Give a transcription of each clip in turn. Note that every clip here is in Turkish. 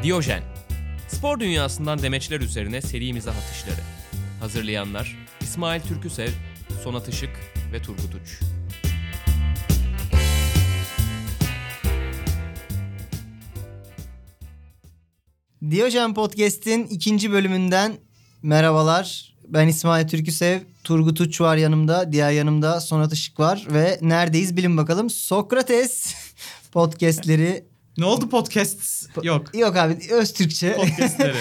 Diyojen. Spor dünyasından demeçler üzerine seri mizah atışları. Hazırlayanlar İsmail Türküsev, Sonat Işık ve Turgut Uç. Diyojen Podcast'in 2. bölümünden merhabalar. Ben İsmail Türküsev, Turgut Uç var yanımda, diğer yanımda Sonat Işık var ve neredeyiz bilin bakalım. Sokrates podcast'leri... Ne oldu podcast? Yok. Yok abi, öz Türkçe. Podcast'leri.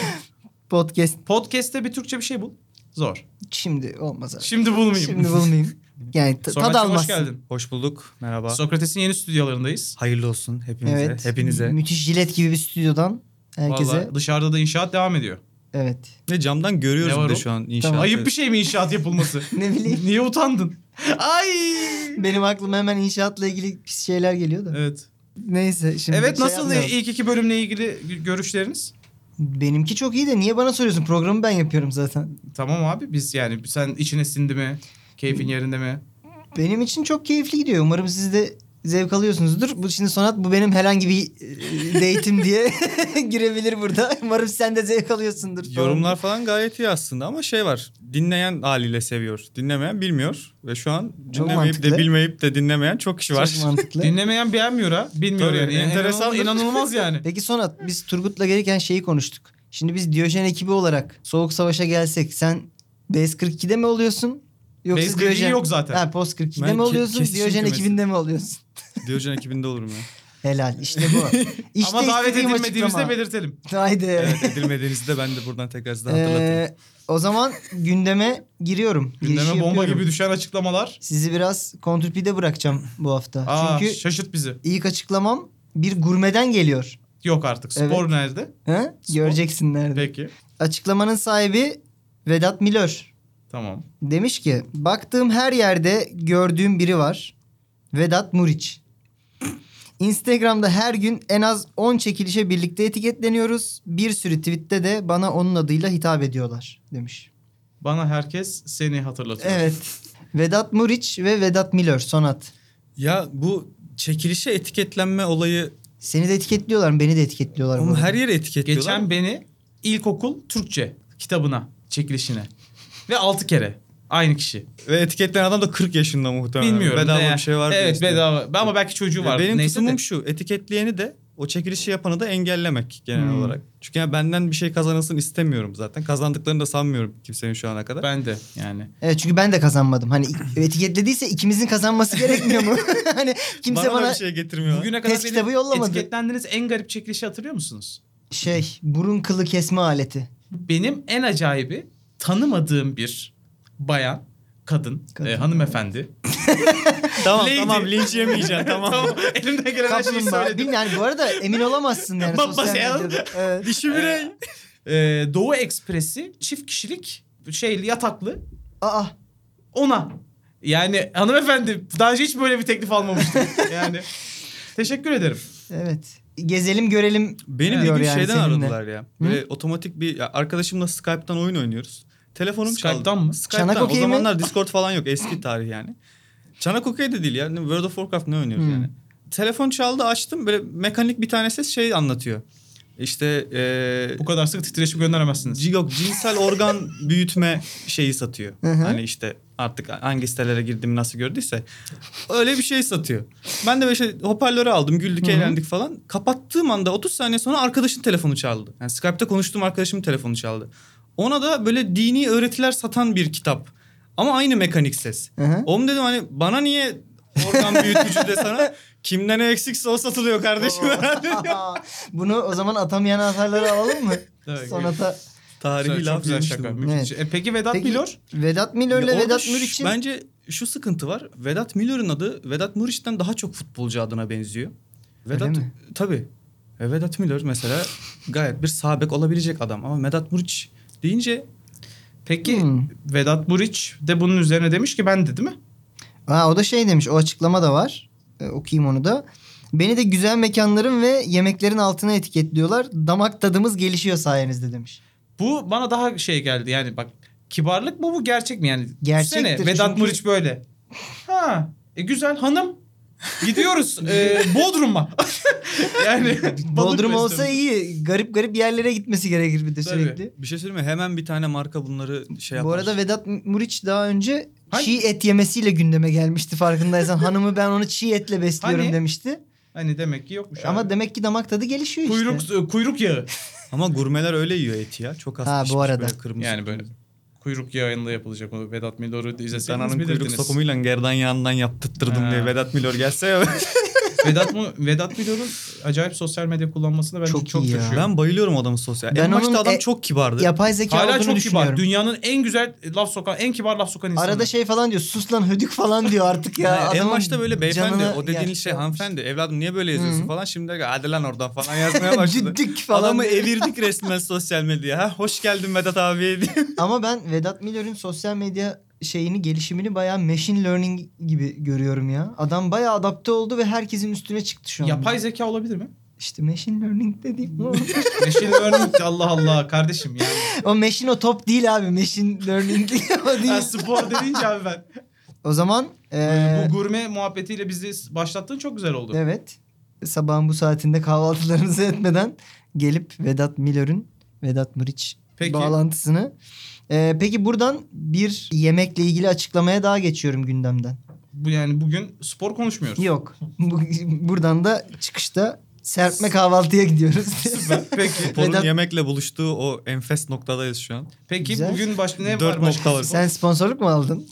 Podcast'te bir Türkçe bir şey bul. Zor. Şimdi olmaz abi. Şimdi bulmayayım. Yani tad almazsın. Hoş geldin. Hoş bulduk. Merhaba. Sokrates'in yeni stüdyolarındayız. Hayırlı olsun hepinize. Evet. Hepinize. Müthiş jilet gibi bir stüdyodan herkese. Vallahi dışarıda da inşaat devam ediyor. Evet. Ve camdan görüyoruz Ne var bir de o? şu an inşaatı. Tamam. Ayıp bir şey mi inşaat yapılması? Ne bileyim. Niye utandın? Ay! Benim aklıma hemen inşaatla ilgili pis şeyler geliyor da. Evet. Neyse şimdi Evet, şey nasıl yapmayalım. ilk 2 bölümle ilgili görüşleriniz? Benimki çok iyi de niye bana soruyorsun? Programı ben yapıyorum zaten. Tamam abi, biz yani sen içine sindi mi? Keyfin yerinde mi? Benim için çok keyifli gidiyor. Umarım siz de zevk alıyorsunuzdur. Bu şimdi Sonat, bu benim herhangi bir date'im diye girebilir burada. Umarım sen de zevk alıyorsundur. falan. Yorumlar falan gayet iyi aslında ama şey var. Dinleyen haliyle seviyor. Dinlemeyen bilmiyor. Ve şu an Çok dinlemeyip mantıklı. de bilmeyip de dinlemeyen çok kişi var. Çok mantıklı. Dinlemeyen beğenmiyor ha. Bilmiyor Tabii, yani. enteresan. İnanılmaz yani. Peki Sonat, biz Turgut'la gelirken şeyi konuştuk. Şimdi biz Diyojen ekibi olarak Soğuk Savaş'a gelsek sen Base 42'de mi oluyorsun? Yoksa Base 42 yok zaten. Ha, Post 42'de Ben mi oluyorsun? kesişim Diyojen kümesi. ekibinde mi oluyorsun? Diyojen ekibinde olurum ya. Helal, işte bu. İşte Ama davet istediğim edilmediğimizde açıklama. belirtelim. Haydi. Evet, edilmediğinizde ben de buradan tekrar size hatırlatayım. O zaman gündeme giriyorum. Girişi Gündeme bomba yapıyorum. gibi düşen açıklamalar. Sizi biraz kontrpide bırakacağım bu hafta. Aa, Çünkü şaşırt bizi. ilk açıklamam bir gurmeden geliyor. Yok artık. Spor Evet. nerede? Ha? Spor. Göreceksin nerede. Peki. Açıklamanın sahibi Vedat Milor. Tamam. Demiş ki baktığım her yerde gördüğüm biri var. Vedat Muriç. Instagram'da her gün en az 10 çekilişe birlikte etiketleniyoruz. Bir sürü tweette de bana onun adıyla hitap ediyorlar demiş. Bana herkes seni hatırlatıyor. Evet. Vedat Muriç ve Vedat Milor, Sonat. Ya bu çekilişe etiketlenme olayı Seni de etiketliyorlar, beni de etiketliyorlar. bu onu arada. her yere etiketliyorlar. Geçen beni ilkokul Türkçe kitabına, çekilişine. Ve 6 kere. Aynı kişi. Ve etiketleyen adam da 40 yaşında muhtemelen. Bilmiyorum. Bedava ne? bir şey var. diye Evet, istiyor. bedava. Ama belki çocuğu var. Benim Neyse tutumum de. şu. Etiketleyeni de o çekilişi yapanı da engellemek genel olarak. Çünkü yani benden bir şey kazanılsın istemiyorum zaten. Kazandıklarını da sanmıyorum kimsenin şu ana kadar. Ben de yani. Evet, çünkü ben de kazanmadım. Hani etiketlediyse ikimizin kazanması gerekmiyor mu? Hani kimse bana bana bir şey getirmiyor. Bugüne kadar test kitabı yollamadı. etiketlendiğiniz en garip çekilişi hatırlıyor musunuz? burun kılı kesme aleti. Benim en acayibi tanımadığım bir bayan, kadın. Hanımefendi. Tamam Lady. tamam linç yemeyeceksin tamam. Tamam, elimden gelen her şeyi Kaplumbağa. söyledim. Bilmiyorum, yani bu arada emin olamazsın yani Baba sosyal ya. medyada. Evet. Dişi birey. Doğu Ekspresi çift kişilik yataklı Aa, ona. Yani hanımefendi daha önce hiç böyle bir teklif almamıştım. Yani teşekkür ederim. evet. Gezelim görelim. Beni bir diyor gün yani şeyden seninle. aradılar ya. Böyle otomatik bir arkadaşımla Skype'tan oyun oynuyoruz. Telefonum çaldı. Skype'tan mı? Skype'tan. Çanak O okey mi? zamanlar Discord falan yok. Eski tarih yani. Çanak okey de değil ya. World of Warcraft ne oynuyoruz yani. Telefon çaldı, açtım. Böyle mekanik bir tane ses şey anlatıyor. İşte Bu kadar sık titreşim gönderemezsiniz. yok cinsel organ büyütme şeyi satıyor. Hı. Hani işte artık hangi sitelere girdim nasıl gördüyse öyle bir şey satıyor. Ben de böyle hoparlörü aldım, güldük, eğlendik falan. Kapattığım anda 30 saniye sonra arkadaşın telefonu çaldı. Yani Skype'ta konuştuğum arkadaşımın telefonu çaldı. Ona da böyle dini öğretiler satan bir kitap. Ama aynı mekanik ses. Hı. Oğlum dedim hani bana niye organ büyütücü de sana kimden ne eksikse o satılıyor kardeşim. Bunu o zaman atamayan atarları alalım mı? Evet, Sonata. Tarihi Çok laf güzel yemiştim. şaka. ama. Mükemmel. Peki Vedat Peki, Milor? Vedat Milor'la Ya orada Vedat Muriç'in... bence şu sıkıntı var. Vedat Milor'un adı Vedat Muriç'ten daha çok futbolcu adına benziyor. Öyle mi? Tabii. Vedat Milor mesela gayet bir sağ bek olabilecek adam ama Vedat Muriç deyince Peki Vedat Muriç de bunun üzerine demiş ki ben de, değil mi? O da şey demiş, o açıklama da var. Okuyayım onu da. Beni de güzel mekanların ve yemeklerin altına etiketliyorlar. Damak tadımız gelişiyor sayenizde demiş. Bu bana daha şey geldi yani bak, kibarlık mı bu, gerçek mi yani? Gerçektir Düşünsene, Vedat çünkü- Muriç böyle. Ha, güzel hanım. Gidiyoruz Bodrum'a. Yani Bodrum balık olsa besliyorum. iyi. Garip garip yerlere gitmesi gerekir bir de Tabii. sürekli. Bir şey söyleyeyim mi? Hemen bir tane marka bunları şey yapar. Bu arada Vedat Muriç daha önce Hani- çiğ et yemesiyle gündeme gelmişti farkındaysan. Hanımı ben onu çiğ etle besliyorum Hani? demişti. Hani demek ki yokmuş Ama abi. demek ki damak tadı gelişiyor işte. Kuyruk yağı. Ama gurmeler öyle yiyor eti ya. Çok az Ha, bu pişmiş arada. böyle kırmızı. Yani böyle kuyruk yağında yapılacak o Vedat Milor'u izleseydiniz Dananın kuyruk bilirdiniz. sokumuyla gerdan yağından yaptırttırdım Ha. diye Vedat Milor gelse ya. Vedat Milor'un acayip sosyal medya kullanmasını ben Çok çok iyi ya. şaşırıyorum. Ben bayılıyorum adamın sosyal. Ben En başta onun adam çok kibardı. Yapay zeka Hala olduğunu çok düşünüyorum. kibar. Dünyanın en güzel laf sokan, en kibar laf sokan insanı. Arada şey falan diyor. Sus lan hödük falan diyor artık ya. Yani en Adamın başta böyle beyefendi canına o dediğin gerçekten şey yapmış. hanımefendi evladım niye böyle yazıyorsun Hı. falan şimdi de hadi lan oradan falan yazmaya başladı. Düddük falan Adamı diyor. evirdik resmen sosyal medyaya. Ha, hoş geldin Vedat abi diye. Ama ben Vedat Milor'un sosyal medya gelişimini bayağı machine learning gibi görüyorum ya. Adam bayağı adapte oldu ve herkesin üstüne çıktı şu an. Yapay zeka olabilir mi? İşte machine learning dediğim o. Machine learning Allah Allah kardeşim yani. O machine o top değil abi. Machine learning o değil. Ha, spor deyince abi ben. O zaman Bu gurme muhabbetiyle bizi başlattığın çok güzel oldu. evet, sabahın bu saatinde kahvaltılarınızı etmeden gelip Vedat Muriç Peki. bağlantısını. Peki buradan bir yemekle ilgili açıklamaya daha geçiyorum gündemden. Bu yani bugün spor konuşmuyoruz. Yok. Buradan da çıkışta serpme kahvaltıya gidiyoruz. Süper. Peki. Sporun Vedat- yemekle buluştuğu o enfes noktadayız şu an. Peki Güzel. bugün ne 4 var başka? nokta var. spor? Sen sponsorluk mu aldın?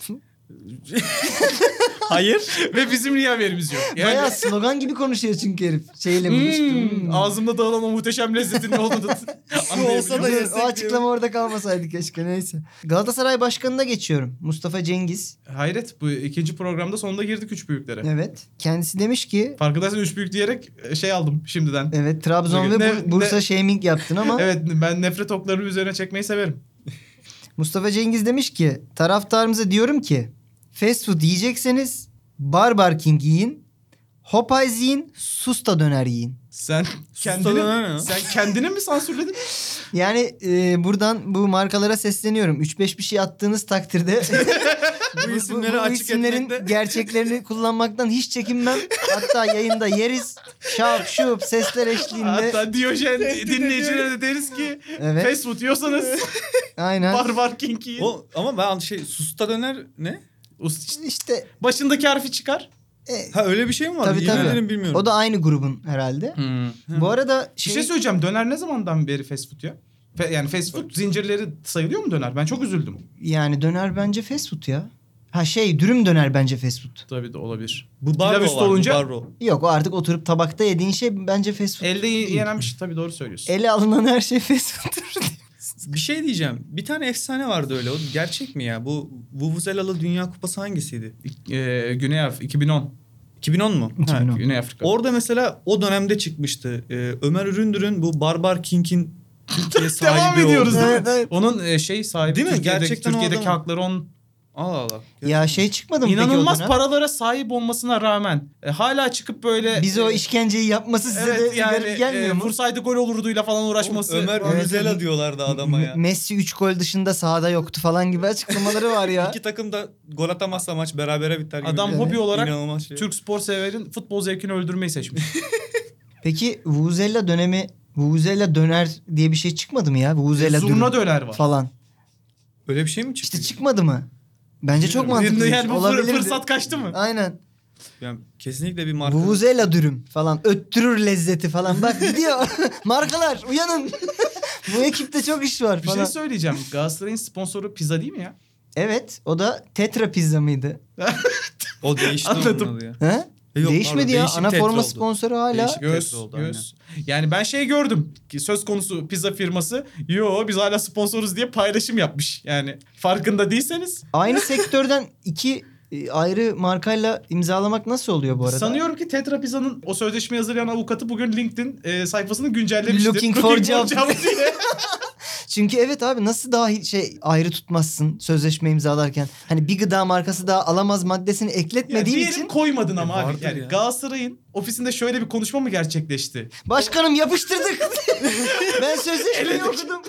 Hayır. Ve bizim niye haberimiz yok? Yani Bayağı slogan gibi konuşuyor çünkü herif. Şeyle buluştum. ağzımda dağılan o muhteşem lezzetin ne olduğunu olsa da Dur, yesek o açıklama orada kalmasaydı keşke, neyse. Galatasaray Başkanı'na geçiyorum. Mustafa Cengiz. Hayret bu ikinci programda sonunda girdik üç büyüklere. Evet. Kendisi demiş ki Farkındaysan üç büyük diyerek şey aldım şimdiden. evet, Trabzon ve Bursa shaming yaptın ama Evet ben nefret oklarını üzerine çekmeyi severim. Mustafa Cengiz demiş ki taraftarımıza diyorum ki fast food yiyecekseniz Barbar King yiyin, Popeyes yiyin, Susta döner yiyin. Sen döner mi? sen kendini mi sansürledin? Yani buradan bu markalara sesleniyorum. 3-5 bir şey attığınız takdirde Bu isimleri açık isimlerin etmekte. gerçeklerini kullanmaktan hiç çekinmem. Hatta yayında yeriz. Şap şup sesler eşliğinde. Hatta Diyojen dinleyicilere de deriz ki Evet. fast food yiyorsanız Aynen. Barbar King yiyin. O ama ben susta döner ne? İşte Başındaki harfi çıkar. Ha öyle bir şey mi var? tabii Yemin tabii. ederim bilmiyorum. O da aynı grubun herhalde. Bu arada Bir şey söyleyeceğim. Döner ne zamandan beri fast food ya? Yani fast food zincirleri sayılıyor mu döner? Ben çok üzüldüm. yani döner bence fast food ya. Ha dürüm döner bence fast food. Tabii de olabilir. Bu Pilav barro üstü var. olunca- Barro. Yok, o artık oturup tabakta yediğin şey bence fast food. Elde değil. yenen bir şey. Tabii doğru söylüyorsun. Ele alınan her şey fast food. Bir şey diyeceğim. Bir tane efsane vardı öyle. O gerçek mi ya? Bu Vuvuzelalı Dünya Kupası hangisiydi? Güney Afrika 2010. 2010 mu? 2010. Ha. Güney Afrika. Orada mesela o dönemde çıkmıştı. Ömer Üründür'ün bu Barbar King'in Türkiye sahibi Devam ediyoruz olduğu. değil mi? Evet, evet. Onun sahibi Değil mi? Türkiye'deki, Gerçekten o Türkiye'deki adam. hakları onun. Allah Allah. Ya çıkmadı mı peki o İnanılmaz dönem? paralara sahip olmasına rağmen hala çıkıp böyle Bize o işkenceyi yapması size evet de yani garip gelmiyor mu? vursaydı gol olurduyla falan uğraşması. Ömer Evet. Ürüzela diyorlardı adama ya. Messi 3 gol dışında sahada yoktu falan gibi açıklamaları var ya. İki takım da gol atamazsa maç berabere biter gibi. Adam Evet. hobi olarak İnanılmaz şey. Türk spor severin futbol zevkini öldürmeyi seçmiş. Peki Vuvuzela döner diye bir şey çıkmadı mı ya? Vuvuzela Zurna dürüm döner var. falan. Öyle bir şey mi çıktı? İşte çıkmadı mı? Bence çok mantıklı. Yani bu Olabilirdi. fırsat kaçtı mı? Aynen. Yani kesinlikle bir marka. Vuvuzela dürüm falan. Öttürür lezzeti falan. Bak gidiyor. Markalar uyanın. Bu ekipte çok iş var Bir falan. şey söyleyeceğim. Galatasaray'ın sponsoru pizza değil mi ya? Evet, o da Tetra Pizza mıydı? O değişti Anladım. onun adı ya. He? Yok, Değişmedi pardon, ya. değişim Ana Tetra forma oldu. sponsoru hala. Değişik. Göz. Tetra oldu, Yani ben gördüm ki söz konusu pizza firması biz hala sponsoruz diye paylaşım yapmış. Yani farkında değilseniz. Aynı sektörden iki ayrı markayla imzalamak nasıl oluyor bu arada? Sanıyorum ki Tetra Pizza'nın o sözleşmeyi hazırlayan avukatı bugün LinkedIn sayfasını güncellemiştir. Looking for job. diye. Çünkü evet abi nasıl daha ayrı tutmazsın sözleşme imzalarken. Hani bir gıda markası daha alamaz maddesini ekletmediğin diyelim için. koymadın ama abi. Vardır Yani ya. Galatasaray'ın ofisinde şöyle bir konuşma mı gerçekleşti? Başkanım yapıştırdık. Ben sözleşmeyi okudum.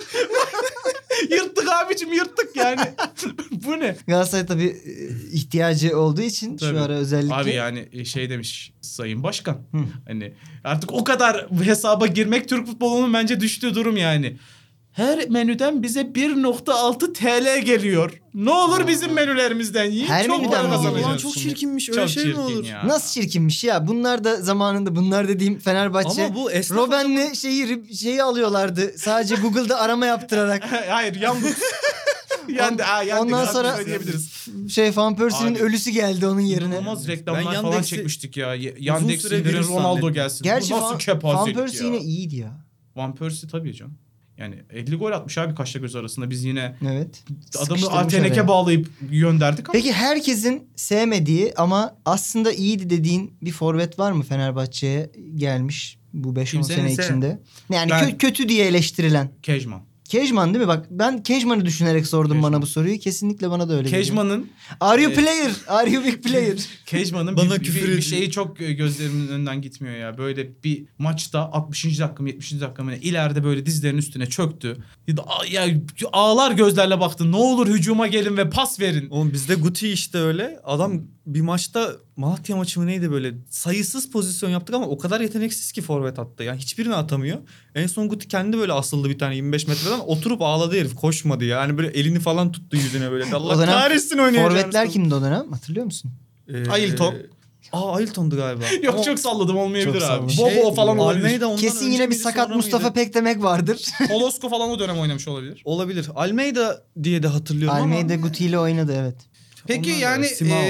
Yırttık abicim, yırttık yani. Bu ne? Galatasaray tabii ihtiyacı olduğu için Tabii. şu ara özellikle. Abi yani şey demiş Sayın Başkan. Hı. Hani artık o kadar hesaba girmek Türk futbolunun bence düştüğü durum yani. Her menüden bize 1.6 TL geliyor. Ne olur bizim menülerimizden yiyin. Her çok menüden para mi geliyor? kazanacağız. Ulan çok çirkinmiş. Öyle Çok şey mi çirkin olur? ya. Nasıl çirkinmiş ya. Bunlar da zamanında bunlar dediğim Fenerbahçe. Ama bu esnaf Robben'le şeyi alıyorlardı. Sadece Google'da arama yaptırarak. Hayır yandık. Yandı, yandık. Ondan sonra söyleyebiliriz. Van Persie'nin Abi, ölüsü geldi onun yerine. İnanılmaz Ben reklamlar falan Yandex'i çekmiştik ya. uzun Yandex süre indirin virüs Ronaldo zannettim. gelsin. Gerçi Bu nasıl Van kepazelik Persie ya. yine iyiydi ya. Van Persie tabii canım. Yani 50 gol atmış abi kaşla göz arasında. Biz yine Evet. adamı Sıkıştırmış teneke araya. bağlayıp gönderdik ama. Peki herkesin sevmediği ama aslında iyiydi dediğin bir forvet var mı Fenerbahçe'ye gelmiş bu 5-10 Kimsenin sene ise- içinde? Yani Ben- kötü diye eleştirilen. Kejman. Kejman değil mi? Bak ben Kejman'ı düşünerek sordum Kejman. bana bu soruyu. Kesinlikle bana da öyle geliyor. Kejman'ın Are you player? Are you big player? Kejman'ın Bana bir küfür ediyor. şeyi çok gözlerimin önünden gitmiyor ya. Böyle bir maçta 60. dakika mı 70. dakika mı ne, ileride böyle dizlerinin üstüne çöktü. Ya ağlar gözlerle baktı. Ne olur hücuma gelin ve pas verin. Oğlum bizde Guti işte öyle. Adam bir maçta Malatya maçı mı neydi böyle sayısız pozisyon yaptık ama o kadar yeteneksiz ki forvet attı. Yani hiçbirini atamıyor. En son Guti kendi böyle asıldı bir tane 25 metreden oturup ağladı herif. Koşmadı ya. Yani böyle elini falan tuttu yüzüne böyle. Allah O dönem kahretsin oynayacağını. Forvetler kimdi o dönem? Hatırlıyor musun? Ailton. Ailton'du galiba. Yok Ama çok salladım olmayabilir Çok abi. salladım. Bobo falan olabilir. Almeida ondan Kesin önce yine bir miydi, sakat sonra Mustafa mıydı? Pekdemek vardır. Holosko falan o dönem oynamış olabilir. Olabilir. Almeida diye de hatırlıyorum Almeida ama. Guti ile oynadı evet. Peki Onlar da yani Simao.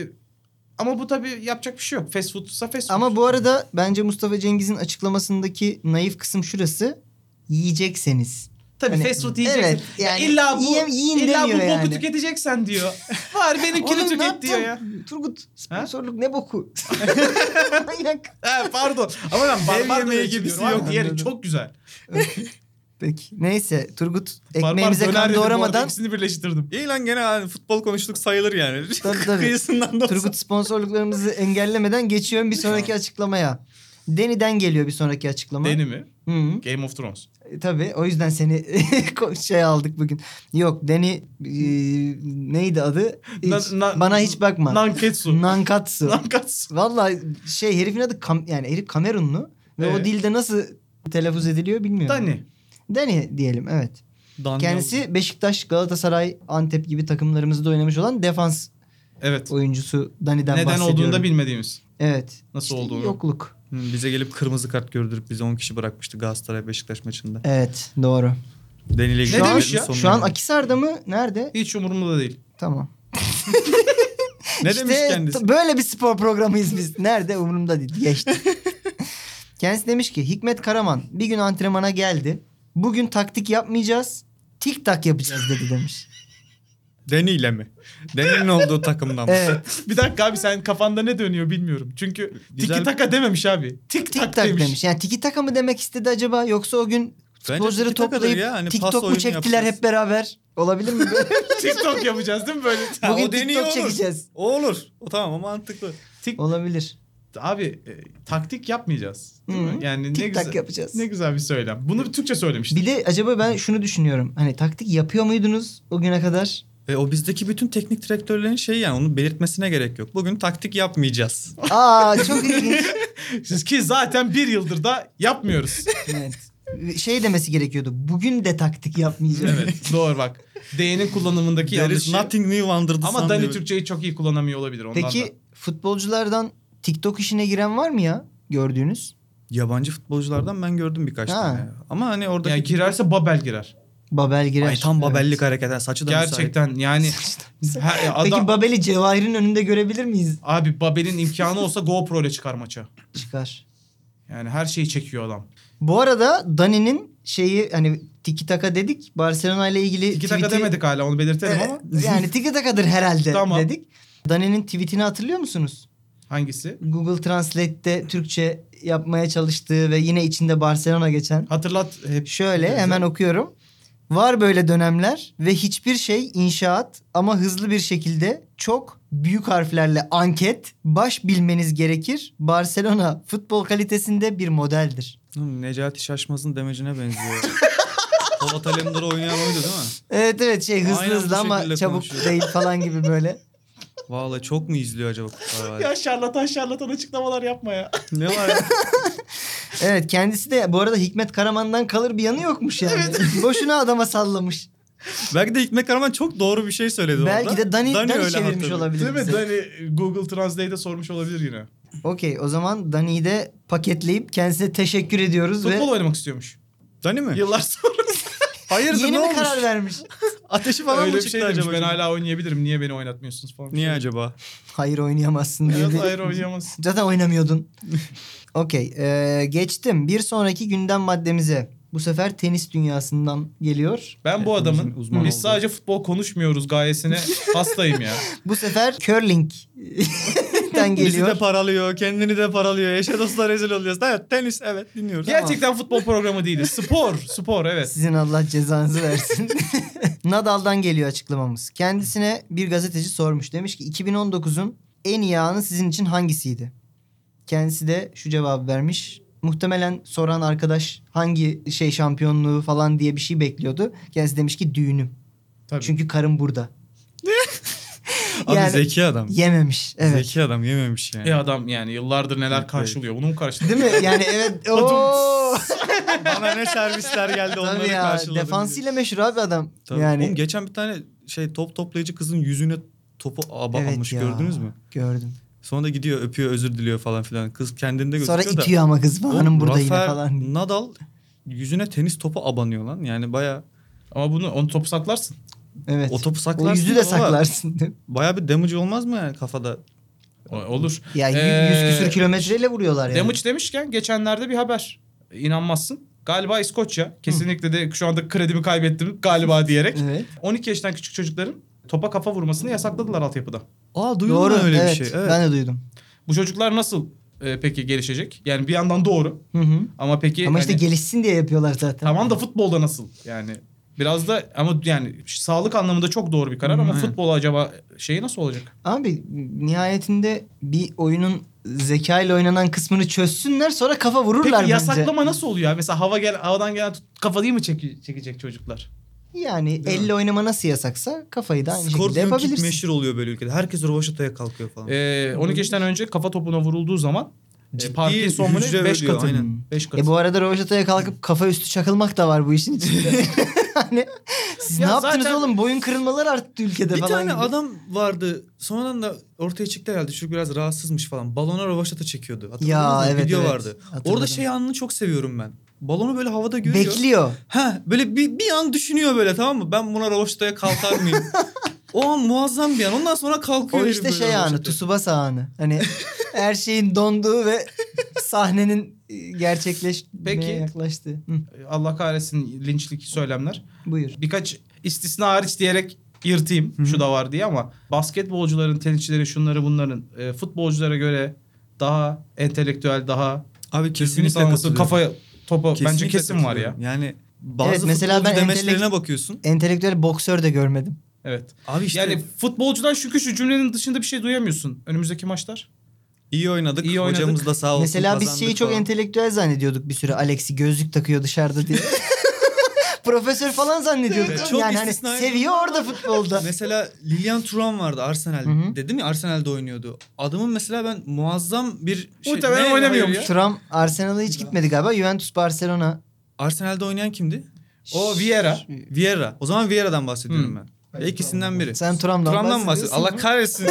ama bu tabii yapacak bir şey yok. Fast food'sa fast food. Ama bu arada bence Mustafa Cengiz'in açıklamasındaki naif kısım şurası. Yiyecekseniz. tabii hani- fast food yiyeceksin. Evet, yani illa bu yiyin illa bu demiyor boku yani. tüketeceksen diyor. Var benimkini Oğlum ne tüket diyor ya. yaptın? Turgut sponsorluk ne boku? Manyak. He pardon. Ama ben Dev barbar yemeği döneri gibisi gibisi yok. yok. Diğeri Anladım. çok güzel. Peki neyse Turgut Barbar ekmeğimize döner kan dedim, bu arada doğramadan ikisini birleştirdim. İyi lan gene hani futbol konuştuk sayılır yani. Tabii. Kıyısından da olsa. Turgut sponsorluklarımızı engellemeden geçiyorum bir sonraki açıklamaya. Deni'den geliyor bir sonraki açıklama. Deni mi? Hı. Game of Thrones. Tabii o yüzden seni aldık bugün. Yok Deni neydi adı? Hiç, bana hiç bakma. Nanketsu. Nankatsu. Nankatsu. Vallahi herifin adı yani herif Kamerunlu ve o Evet. dilde nasıl telaffuz ediliyor bilmiyorum. Dani. Deni diyelim evet. Daniel. Kendisi Beşiktaş, Galatasaray, Antep gibi takımlarımızda oynamış olan defans Evet. oyuncusu Dani'den Neden bahsediyorum. olduğunu da bilmediğimiz. Evet. Nasıl İşte olduğunu. yokluk. Bize gelip kırmızı kart gördürüp bize 10 kişi bırakmıştı Galatasaray Beşiktaş maçında. Evet doğru. Deniyle Ne demiş ya? Şu an Akhisar'da mı? Nerede? Hiç umurumda da değil. Tamam. ne İşte demiş kendisi? böyle bir spor programıyız biz. Nerede umurumda değil. Geçti. Kendisi demiş ki Hikmet Karaman bir gün antrenmana geldi. Bugün taktik yapmayacağız. Tik tak yapacağız dedi demiş. Deniyle mi? Deni'nin olduğu takımdan mı? Evet. Bir dakika abi sen kafanda ne dönüyor bilmiyorum. Çünkü Güzel- tiki taka dememiş abi. Tik Tik tak tak demiş. demiş. Yani tiki taka mı demek istedi acaba yoksa o gün futbolcuları tiki takadır toplayıp ya, hani pas TikTok mu oyunu çektiler yapacağız. hep beraber? Olabilir mi? TikTok yapacağız değil mi böyle? Ha, Bugün o Deni TikTok olur. çekeceğiz. O olur. O tamam o mantıklı. Olabilir. Abi taktik yapmayacağız. Değil Hı. mi? Yani ne Tik tak güzel. yapacağız. Ne güzel bir söylem. Bunu bir Türkçe söylemiştik. Bir de acaba ben şunu düşünüyorum. Hani taktik yapıyor muydunuz o güne kadar? O bizdeki bütün teknik direktörlerin şeyi yani onu belirtmesine gerek yok. Bugün taktik yapmayacağız. Aa çok ilginç. Siz ki zaten bir yıldır da yapmıyoruz. Evet. Demesi gerekiyordu. Bugün de taktik yapmayacağım. Evet doğru bak. D'nin kullanımındaki There is yanlışı. nothing new under the Ama sun Dani diyor. Türkçeyi çok iyi kullanamıyor olabilir ondan Peki da. futbolculardan TikTok işine giren var mı ya gördüğünüz? Yabancı futbolculardan ben gördüm birkaç Ha. tane. Ama hani oradaki... Yani girerse Babel girer. Babel girer. Ay tam Evet. babellik hareketler. Saçı da müsait. Gerçekten yani. Peki Adam, Babel'i Cevahir'in önünde görebilir miyiz? abi Babel'in imkanı olsa GoPro ile çıkar maça. Çıkar. Yani her şeyi çekiyor adam. Bu arada Dani'nin hani tiki taka dedik. Barcelona ile ilgili İki taka tweet'i- demedik hala onu belirtelim ama. Yani tiki takadır herhalde Tamam. dedik. Dani'nin tweetini hatırlıyor musunuz? Hangisi? Google Translate'te Türkçe yapmaya çalıştığı ve yine içinde Barcelona geçen. Hatırlat hep. Şöyle hemen okuyorum. Var böyle dönemler ve hiçbir şey inşaat ama hızlı bir şekilde çok büyük harflerle anket baş bilmeniz gerekir. Barcelona futbol kalitesinde bir modeldir. Necati Şaşmaz'ın demecine benziyor. Polat Alemdar'ı oynayan oydu değil mi? Evet şey hızlı Aynen bu hızlı ama şekilde çabuk konuşuyor. değil falan gibi böyle. Vallahi çok mu izliyor acaba Kurtlar Vadisi? Ya şarlatan açıklamalar yapma ya. Ne var ya? Evet kendisi de bu arada Hikmet Karaman'dan kalır bir yanı yokmuş yani. Boşuna adama sallamış. Belki de Hikmet Karaman çok doğru bir şey söyledi Belki orada. de Dani öyle çevirmiş hatırlıyor. olabilir. Değil mi? bize. Dani Google Translate'de sormuş olabilir yine. Okey o zaman Dani'yi de paketleyip kendisine teşekkür ediyoruz Futbol ve oynamak istiyormuş. Dani mi? Yıllar sonra. Hayırdır yeni ne mi olmuş? karar vermiş? Ateşi falan Öyle mı bir çıktı şey demiş. acaba? Ben hala oynayabilirim. Niye beni oynatmıyorsunuz falan. Niye acaba? Hayır oynayamazsın diye. Evet, bir- hayır oynayamazsın. Zaten oynamıyordun. Okey geçtim. Bir sonraki gündem maddemize. Bu sefer tenis dünyasından geliyor. Ben bu Hepimizin adamın uzman biz olduğu. sadece futbol konuşmuyoruz gayesine hastayım ya. Bu sefer curling'den Bizi geliyor. de paralıyor, kendini de paralıyor. Eşe dostlar rezil oluyoruz. Evet tenis evet dinliyoruz. Gerçekten futbol programı değiliz. Spor evet. Sizin Allah cezanızı versin. Nadal'dan geliyor açıklamamız. Kendisine bir gazeteci sormuş. Demiş ki 2019'un en iyi anı sizin için hangisiydi? Kendisi de şu cevabı vermiş. Muhtemelen soran arkadaş hangi şey şampiyonluğu falan diye bir şey bekliyordu. Kendisi demiş ki düğünüm. Tabii. Çünkü karım burada. Abi zeki adam. Yememiş. Evet. Zeki adam yememiş yani. Adam yani yıllardır neler Evet. karşılıyor. Bunu mu karşılıyor? Değil mi? Yani evet. Oo. Bana ne servisler geldi onları Tabii ya. karşıladım. Defansıyla meşhur abi adam. Tabii. Yani Oğlum geçen bir tane top toplayıcı kızın yüzüne topu evet almış ya, gördünüz mü? Gördüm. Sonra da gidiyor öpüyor özür diliyor falan filan. Kız kendinde Sonra gözüküyor da. itiyor ama kız Oğlum, hanım burada yine Rafael falan. Nadal yüzüne tenis topu abanıyor lan. Yani baya Ama onu topu saklarsın. Evet. o topu O saklarsın. yüzü de ama saklarsın. Baya bir damage olmaz mı yani kafada? Olur. Ya 100 küsür kilometreyle vuruyorlar yani. Damage demişken geçenlerde bir haber. İnanmazsın. Galiba İskoçya. Kesinlikle de şu anda kredimi kaybettim galiba diyerek. Evet. 12 yaştan küçük çocukların topa kafa vurmasını yasakladılar altyapıda. Aa duydum Doğru. ben öyle evet. bir şey. Evet. Ben de duydum. Bu çocuklar nasıl peki gelişecek? Yani bir yandan doğru Hı hı. ama peki Ama işte hani, gelişsin diye yapıyorlar zaten. tamam da futbolda nasıl? Yani biraz da ama yani sağlık anlamında çok doğru bir karar ama Aynen. futbol acaba şeyi nasıl olacak? Abi nihayetinde bir oyunun zekayla oynanan kısmını çözsünler sonra kafa vururlar Peki bence. yasaklama nasıl oluyor? Ya? Mesela havadan gelen kafa değil mi çekecek çocuklar? Yani Değil mi? elle oynama nasıl yasaksa kafayı da aynı şekilde Scorpion kick yapabilirsin. meşhur oluyor böyle ülkede. Herkes rovaşataya kalkıyor falan. 12 yaştan önce kafa topuna vurulduğu zaman Ciddi Parkinson hücre 5 ölüyor, katı. aynen. 5 katı. Bu arada rovaşataya kalkıp kafa üstü çakılmak da var bu işin içinde. Hani siz Ya ne yaptınız zaten- oğlum? Boyun kırılmaları arttı ülkede Bir falan tane gibi. adam vardı. Sonradan da ortaya çıktı herhalde. Çocuk biraz rahatsızmış falan. Balona rovaşata çekiyordu. Hatırladınız Ya, mı? evet, Video evet. vardı. Hatırladım. Orada şey anını çok seviyorum ben. Balonu böyle havada görüyor. Bekliyor. Ha böyle bir an düşünüyor böyle tamam mı? Ben buna rovaşataya kalkar mıyım? O an muazzam bir an. Ondan sonra kalkıyor. O herif işte böyle şey anı, rovaşataya. Tsubasa anı. Hani her şeyin donduğu ve sahnenin gerçekleşmeye Peki. yaklaştığı. Hı, Allah kahretsin linçlik söylemler. buyur. Birkaç istisna hariç diyerek yırtayım. Şu da var diye ama basketbolcuların, tenisçilerin, şunları bunların futbolculara göre daha entelektüel, daha Abi düzgün kesinlikle insanlısı, katılıyorum. kafa topa bence Kesinlikle kesin var ya. katılıyorum. Yani bazı Evet, mesela futbolcu ben demeçlerine bakıyorsun. Entelektüel boksör de görmedim. Evet. Abi işte Yani futbolcudan şu cümlenin dışında bir şey duyamıyorsun. Önümüzdeki maçlar. iyi oynadık. İyi oynadık. Hocamız da sağ olsun Mesela biz kazandık şeyi çok falan. entelektüel zannediyorduk bir süre. Alex'i gözlük takıyor dışarıda diye. Profesör falan zannediyorduk. Evet, çok yani hani istisnai seviyor orada futbolda. Mesela Lilian Thuram vardı Arsenal. Hı hı. Dedim ya Arsenal'de oynuyordu. Adamın mesela ben muazzam bir Muhtemelen Ne? oynamıyormuş. Hayır ya. Thuram Arsenal'a hiç gitmedi galiba. Juventus, Barcelona. Arsenal'de oynayan kimdi? O Vieira. Vieira. O zaman Vieira'dan bahsediyorum ben. Ya ikisinden biri. Sen Thuram'dan Thuram'dan bahsediyorsun. Allah kahretsin.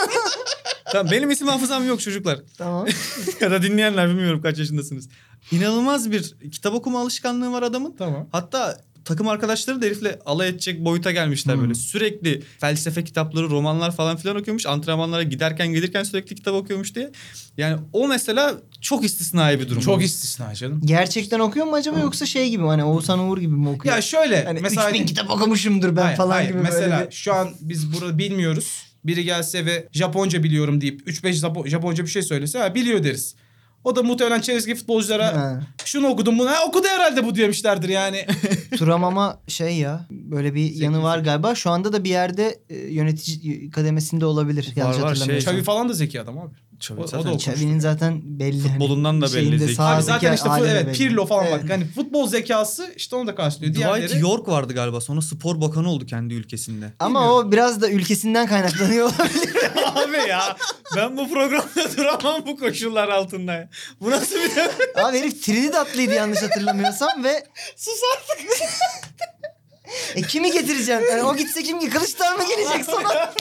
Tamam benim isim hafızam yok çocuklar. Tamam. Ya da dinleyenler bilmiyorum kaç yaşındasınız. İnanılmaz bir kitap okuma alışkanlığı var adamın. Tamam. Hatta takım arkadaşları da herifle alay edecek boyuta gelmişler böyle. Sürekli felsefe kitapları, romanlar falan filan okuyormuş. Antrenmanlara giderken gelirken sürekli kitap okuyormuş diye. Yani o mesela çok istisnai bir durum. Çok istisna canım. Gerçekten okuyor mu acaba yoksa şey gibi mi? Hani Oğuzhan Uğur gibi mi okuyor? Ya şöyle hani mesela 3000 kitap okumuşumdur ben Hayır, falan hayır. gibi Mesela böyle bir... şu an biz burada bilmiyoruz. Biri gelse ve Japonca biliyorum deyip 3-5 Japonca bir şey söylese ha, biliyor deriz. O da muhtemelen çevresindeki futbolculara Ha. şunu okudum bunu. Okudu herhalde bu demişlerdir yani. Turam ama şey ya böyle bir yanı var galiba. Şu anda da bir yerde yönetici kademesinde olabilir. Yanlış var, hatırlamıyorsam. Xavi falan da zeki adam abi. Xavi O zaten da okumuş. Xavi'nin zaten belli. Futbolundan da belli şeyinde, zeki. sağ Abi zeka zaten işte hali de evet belli. Pirlo falan Evet. var. Hani futbol zekası işte onu da karşılıyor. Dwight Diğerleri York vardı galiba. Sonra spor bakanı oldu kendi ülkesinde. Ama o biraz da ülkesinden kaynaklanıyor olabilir. Abi ya ben bu programda duramam bu koşullar altında ya. Bu nasıl bir de... Abi herif Trinidadlıydı yanlış hatırlamıyorsam ve... Sus artık. Kimi getireceksin? Yani o gitse kim ki? Kılıçdaroğlu mu gelecek sonra?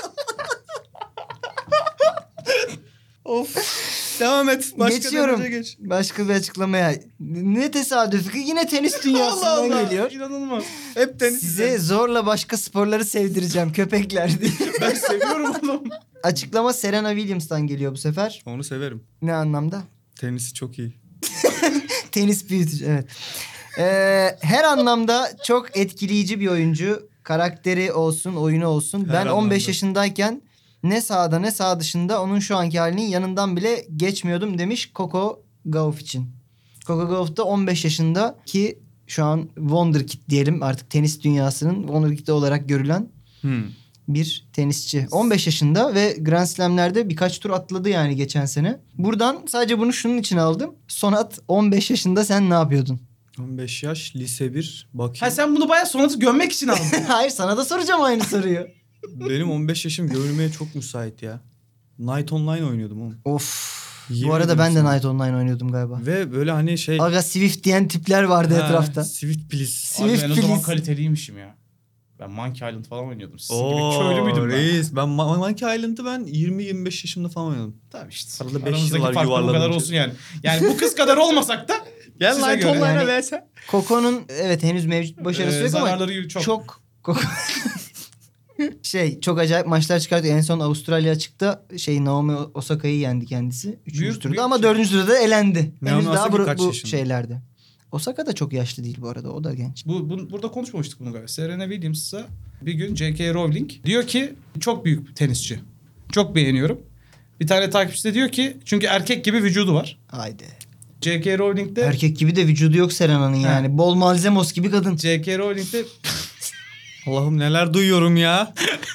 Of. Devam et. Başka Geçiyorum. demece geç. Başka bir açıklamaya. Ne tesadüf ki yine tenis dünyasından geliyor. İnanılmaz. Hep tenis. Size zorla başka sporları sevdireceğim köpekler diye. Ben seviyorum oğlum. Açıklama Serena Williams'tan geliyor bu sefer. Onu severim. Ne anlamda? Tenisi çok iyi. Tenis büyütücü evet. Her anlamda çok etkileyici bir oyuncu. Karakteri olsun, oyunu olsun. Her Ben 15 anlamda. yaşındayken ne sahada ne saha dışında onun şu anki halinin yanından bile geçmiyordum demiş Coco Gauff için. Coco Gauff da 15 yaşında ki şu an Wonderkid diyelim artık tenis dünyasının Wonderkid olarak görülen bir tenisçi. 15 yaşında ve Grand Slam'lerde birkaç tur atladı yani geçen sene. Buradan sadece bunu şunun için aldım. Sonat 15 yaşında sen ne yapıyordun? 15 yaş, lise 1. Bakayım. Ha sen bunu bayağı Sonat'ı gömmek için aldın. Hayır sana da soracağım aynı soruyu. Benim 15 yaşım görülmeye çok müsait ya. Night Online oynuyordum oğlum. Of. Yemin Bu arada ederim ben de sana. Night Online oynuyordum galiba. Ve böyle hani şey... Aga Swift diyen tipler vardı Ha, etrafta. Swift please. Abi ben Swift o zaman please. kaliteliymişim ya. Ben Monkey Island falan oynuyordum. Sizin Oo, gibi köylü müydüm ben? reis. Ben Monkey Island'ı ben 20-25 yaşımda falan oynadım. Tabii işte. Arada beş Aramızdaki yıllar fark bu yuvarladım kadar çünkü. olsun yani. Yani bu kız kadar olmasak da Gel size Night göre. Online'a Yani- versen. Coco'nun evet henüz mevcut başarısı yok ama zararları çok. Coco... çok acayip maçlar çıkartıyor. En son Avustralya çıktı. Naomi Osaka'yı yendi kendisi. Üçüncü Büyük- turda büyük ama şey. dördüncü turda da elendi. Naomi Henüz daha Osaka kaç bu yaşında? şeylerde. Osaka da çok yaşlı değil bu arada. O da genç. Burada konuşmamıştık bunu galiba. Serena Williams'a bir gün J.K. Rowling diyor ki çok büyük bir tenisçi. Çok beğeniyorum. Bir tane takipçisi de diyor ki çünkü erkek gibi vücudu var. Haydi. J.K. Rowling de Erkek gibi de vücudu yok Serena'nın yani. Bol malzemos gibi kadın. J.K. Rowling de Allah'ım neler duyuyorum ya.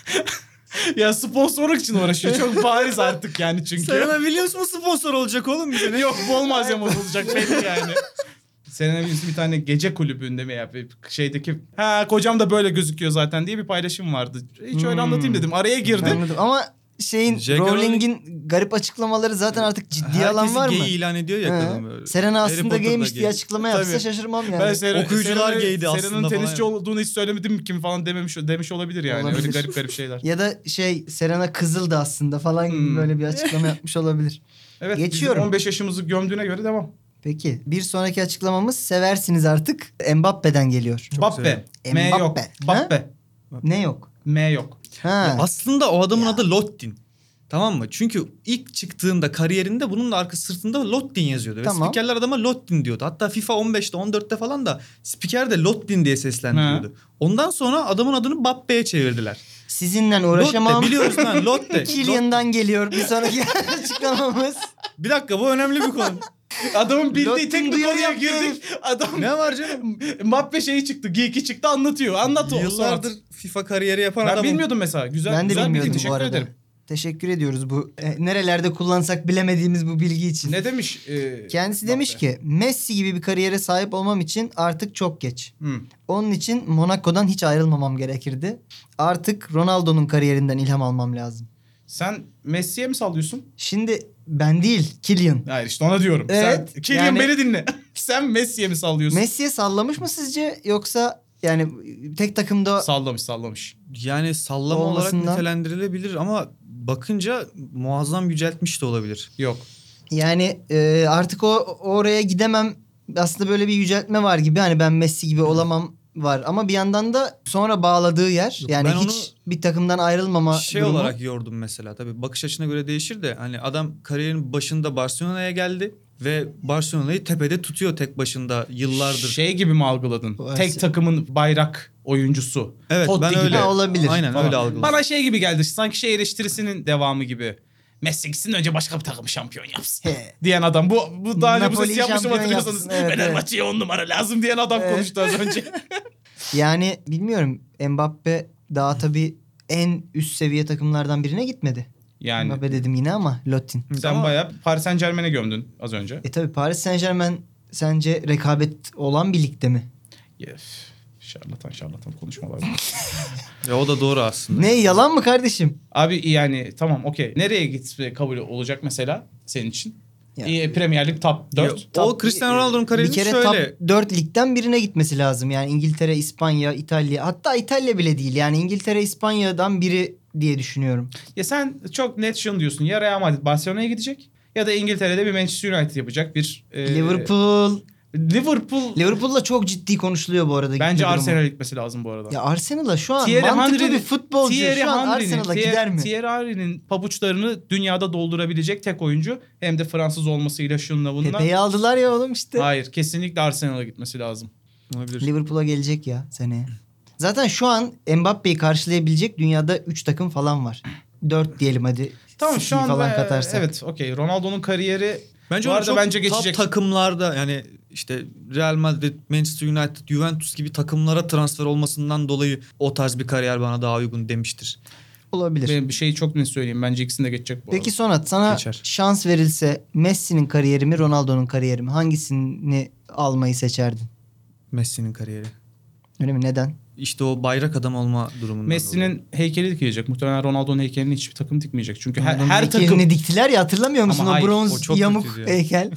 ya sponsorluk için uğraşıyor. Çok bariz artık yani çünkü. Serena Williams mı sponsor olacak oğlum bize? Yok bol malzeme olacak belli yani. Serena Williams'ın bir tane gece kulübünde mi ya bir şeydeki kocam da böyle gözüküyor zaten diye bir paylaşım vardı. Hiç öyle anlatayım dedim. Araya girdi. Anladım. Ama J.K. Rowling'in garip açıklamaları zaten artık ciddiye alan Herkesi var mı? gay ilan ediyor ya He. kadın böyle. Serena Harry aslında Potter'da gaymiş diye gay. açıklama yapsa Tabii. şaşırmam yani. Ben Okuyucular gaydi aslında Serena'nın falan tenisçi yani. olduğunu hiç söylemedim kim falan demiş olabilir yani. Olabilir. Öyle garip şeyler. Ya da Serena kızıldı aslında falan gibi böyle bir açıklama yapmış olabilir. Evet Geçiyorum. bizim 15 yaşımızı gömdüğüne göre devam. Peki bir sonraki açıklamamız seversiniz artık. Mbappe'den geliyor. Bappe. severim. M yok. Mbappe. Bappe. Ne yok? M yok. Ha. Aslında o adamın adı Lottin. Tamam mı? Çünkü ilk çıktığında kariyerinde bunun da arka sırtında Lottin yazıyordu. Tamam. Ve spikerler adama Lottin diyordu. Hatta FIFA 15'te 14'te falan da spiker de Lottin diye seslendiriyordu. Ondan sonra adamın adını Bappe'ye çevirdiler. Sizinle uğraşamam. Lotte biliyoruz lan Lotte. Kylian'dan geliyor bir sonraki açıklamamız. Bir dakika bu önemli bir konu. Adamın bildiği Lottin tek bir duyar konuya yaptı girdik. Adam Ne var canım? Mbappe şeyi çıktı. Geek'i çıktı anlatıyor. Anlat o. Yıllardır FIFA kariyeri yapan Ben adam. bilmiyordum mesela. Güzel, Ben de güzel bilgi. bilmiyordum bu Teşekkür arada. ederim. Teşekkür ediyoruz bu nerelerde kullansak bilemediğimiz bu bilgi için. Ne demiş? Kendisi Mbappe? demiş ki Messi gibi bir kariyere sahip olmam için artık çok geç. Hı. Onun için Monaco'dan hiç ayrılmamam gerekirdi. Artık Ronaldo'nun kariyerinden ilham almam lazım. Sen Messi'ye mi sallıyorsun? Şimdi ben değil Kylian. Hayır işte ona diyorum. Evet, Sen Kylian yani- beni dinle. Sen Messi'ye mi sallıyorsun? Messi'ye sallamış mı sizce yoksa yani tek takımda Sallamış. Yani sallama Olmasından- olarak nitelendirilebilir ama bakınca muazzam yüceltmiş de olabilir. Yok. yani artık oraya gidemem aslında böyle bir yüceltme var gibi. Hani ben Messi gibi olamam var ama bir yandan da sonra bağladığı yer Yok, yani ben hiç onu bir takımdan ayrılmama Şey durumu. olarak yordum mesela tabii bakış açına göre değişir de hani adam kariyerinin başında Barcelona'ya geldi ve Barcelona'yı tepede tutuyor tek başında yıllardır. Şey gibi mi algıladın? O Tek Ersin- takımın bayrak oyuncusu. Evet Totti ben gibi. öyle Ha, olabilir. Aynen Falan. öyle algıladım. Bana şey gibi geldi. Sanki şey eleştirisinin devamı gibi. Messi gitsin önce başka bir takım şampiyon yapsın. He. Diyen adam. Bu daha önce bu Napoli'yi sesi yapmışım şampiyon hatırlıyorsanız. yapsın, evet, Fenerbahçe'ye 10 numara lazım diyen adam Evet. konuştu az önce. Yani bilmiyorum, Mbappe daha tabii en üst seviye takımlardan birine gitmedi. Yani Mbappe dedim yine ama Lotin. sen Ama- bayağı Paris Saint-Germain'e gömdün az önce. Tabii Paris Saint-Germain sence rekabet olan bir ligde mi? Yes. Şarlatan konuşmalar. Ya o da doğru aslında. Ne, yalan mı kardeşim? Abi yani tamam okey. Nereye gitse kabul olacak mesela senin için? Ya. Premier Lig top 4. O Cristiano Ronaldo'nun Bir kariyerini kere şöyle. top 4 ligden birine gitmesi lazım. Yani İngiltere, İspanya, İtalya, hatta İtalya bile değil. Yani İngiltere, İspanya'dan biri diye düşünüyorum. Ya sen çok net şunu diyorsun. Ya Real Madrid Barcelona'ya gidecek ya da İngiltere'de bir Manchester United yapacak bir Liverpool'la çok ciddi konuşuluyor bu arada. Bence gitme durumu. Arsenal'e gitmesi lazım bu arada. Ya Arsenal'a şu an Thierry mantıklı Henry'nin- bir futbolcu şu an Arsenal'a gider mi? Thierry Henry'nin pabuçlarını dünyada doldurabilecek tek oyuncu. Hem de Fransız olmasıyla şununla bununla. Pepe'yi aldılar ya oğlum işte. Hayır, kesinlikle Arsenal'a gitmesi lazım. Olabilir. Liverpool'a gelecek ya seneye. Zaten şu an Mbappe'yi karşılayabilecek dünyada 3 takım falan var. 4 diyelim hadi. Tamam şu City'yi an falan katarsak. evet okey. Ronaldo'nun kariyeri Bence bu o arada çok bence top geçecek. takımlarda yani işte Real Madrid, Manchester United, Juventus gibi takımlara transfer olmasından dolayı o tarz bir kariyer bana daha uygun demiştir. Olabilir. Benim bir şeyi çok net söyleyeyim. Bence ikisini de geçecek bu Peki Sonat, sana Geçer. şans verilse Messi'nin kariyeri mi Ronaldo'nun kariyeri mi? Hangisini almayı seçerdin? Messi'nin kariyeri. Öyle mi? Neden? İşte o bayrak adam olma durumundan dolayı. Messi'nin heykeli dikilecek. Muhtemelen Ronaldo'nun heykelini hiçbir takım dikmeyecek. Çünkü Ronaldo'nun her takım... heykelini diktiler ya, hatırlamıyor musun? Ama O hayır, bronz o çok yamuk kötüydü ya. heykel.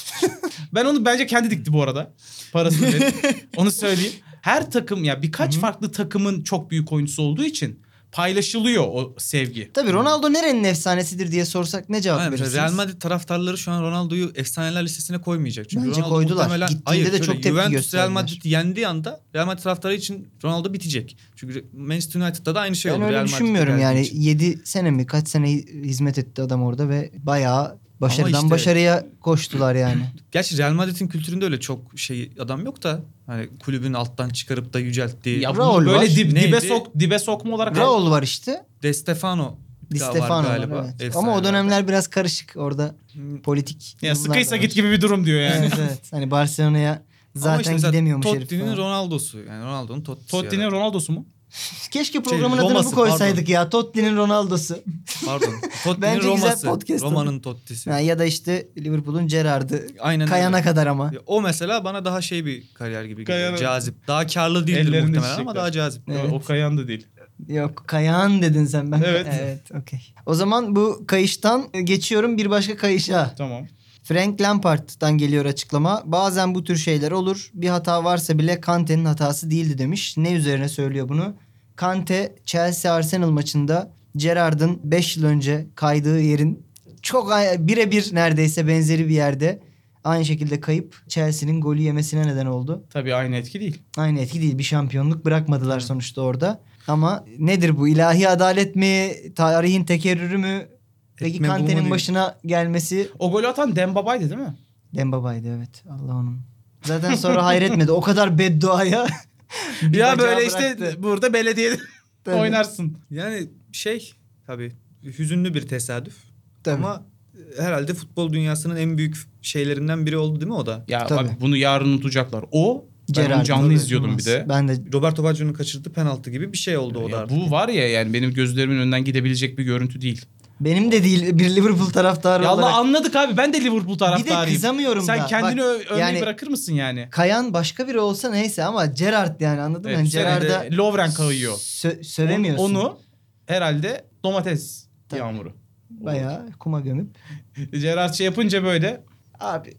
Ben onu bence kendi dikti bu arada. Parasını verip. Onu söyleyeyim. Her takım ya birkaç farklı takımın çok büyük oyuncusu olduğu için paylaşılıyor o sevgi. Tabii Ronaldo nerenin efsanesidir diye sorsak ne cevap Aynen, mesela verirsiniz? Real Madrid taraftarları şu an Ronaldo'yu efsaneler listesine koymayacak. Çünkü Bence Ronaldo koydular. muhtemelen- Gittiğinde Hayır, de şöyle, çok tepki Juventus gösterdiler. Real Madrid'i yendiği anda Real Madrid taraftarı için Ronaldo bitecek. Çünkü Manchester United'da da aynı şey Ben oldu. öyle Real Madrid'e düşünmüyorum geldiği yani. için. 7 sene mi kaç sene hizmet etti adam orada ve bayağı başarıdan işte- başarıya koştular yani. Gerçi Real Madrid'in kültüründe öyle çok şey adam yok da hani kulübün alttan çıkarıp da yücelttiği. Ya Raul bunu böyle var. Neydi? dibe sokma olarak Raul var işte. De Stefano Di var Stefano var, galiba. evet. Efsanelerden. Ama o dönemler biraz karışık orada politik. ya durumlar sıkıysa da git var. gibi bir durum diyor yani. Evet evet. Hani Barcelona'ya Ama zaten işte mesela gidemiyormuş herif Totti'nin falan. Ronaldo'su. Yani Ronaldo'nun Totti'si. Totti'nin Ronaldo'su mu? Keşke programın adını Roma'sı, bu koysaydık ya. Totti'nin Ronaldo'su. Pardon. Totti'nin Bence güzel Roma'sı. podcast Roma'nın Totti'si. Ha, ya da işte Liverpool'un Gerrard'ı. Aynen Kayana öyle. kadar ama. Ya o mesela bana daha şey bir kariyer gibi geliyor. Kayana- Cazip. Daha karlı değildir Ellerinde muhtemelen ama çiçekler. daha cazip. Evet. O Kayan da değil. Yok, Kayahan dedin sen. Ben Evet. Evet, okey. O zaman bu kayıştan geçiyorum bir başka kayışa. Tamam. Frank Lampard'dan geliyor açıklama. Bazen bu tür şeyler olur. Bir hata varsa bile Kante'nin hatası değildi demiş. Ne üzerine söylüyor bunu? Kante Chelsea-Arsenal maçında Gerrard'ın 5 yıl önce kaydığı yerin çok birebir neredeyse benzeri bir yerde aynı şekilde kayıp Chelsea'nin golü yemesine neden oldu. Tabii aynı etki değil. Aynı etki değil. Bir şampiyonluk bırakmadılar sonuçta orada. Ama nedir bu? İlahi adalet mi? Tarihin tekerrürü mü? Peki Etme bu mu Kante'nin diyor? başına gelmesi O golü atan Dembaba'ydı değil mi? Dembaba'ydı, evet. Allah onun. Zaten sonra hayretmedi. O kadar bedduaya bir Ya bacağı böyle işte bıraktı. burada belediyede Tabii. oynarsın. Yani şey tabii hüzünlü bir tesadüf. Tabii. Ama herhalde futbol dünyasının en büyük şeylerinden biri oldu değil mi o da? Ya Tabii. abi bunu yarın unutacaklar. Ben Gerrard, onu canlı tabii, izliyordum olmaz. bir de. Ben de Roberto Baggio'nun kaçırdığı penaltı gibi bir şey oldu o da Ya artık. bu var ya yani benim gözlerimin önünden gidebilecek bir görüntü değil. benim de değil bir Liverpool taraftarı Ya Allah olarak. anladık abi ben de Liverpool Bir taraftarıyım. de kızamıyorum Sen da. kendini Bak, övmeyi yani bırakır mısın yani? Kayan başka biri olsa neyse ama Gerrard yani anladın mı? Yani Gerrard'a Lovren kayıyor. sövemiyorsun. Onu herhalde domates Tabii. yağmuru. Bayağı kuma gömüp. Gerrard şey yapınca böyle Abi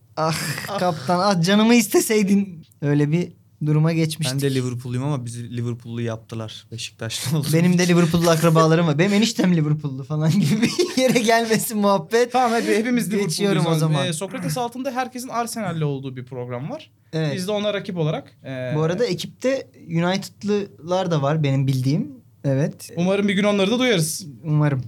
kaptan canımı isteseydin. Öyle bir duruma geçmiştik. Ben de Liverpool'luyum ama bizi Liverpool'lu yaptılar. Beşiktaşlı oldu. Benim de Liverpool'lu akrabalarım var. Benim eniştem Liverpool'lu falan gibi bir yere gelmesin muhabbet. tamam hadi hepimiz Geçiyorum Liverpool'luyuz. o zaman. Sokrates altında herkesin Arsenal'le olduğu bir program var. Evet. Biz de ona rakip olarak. Bu arada ekipte United'lılar da var benim bildiğim. Evet. Umarım bir gün onları da duyarız. Umarım.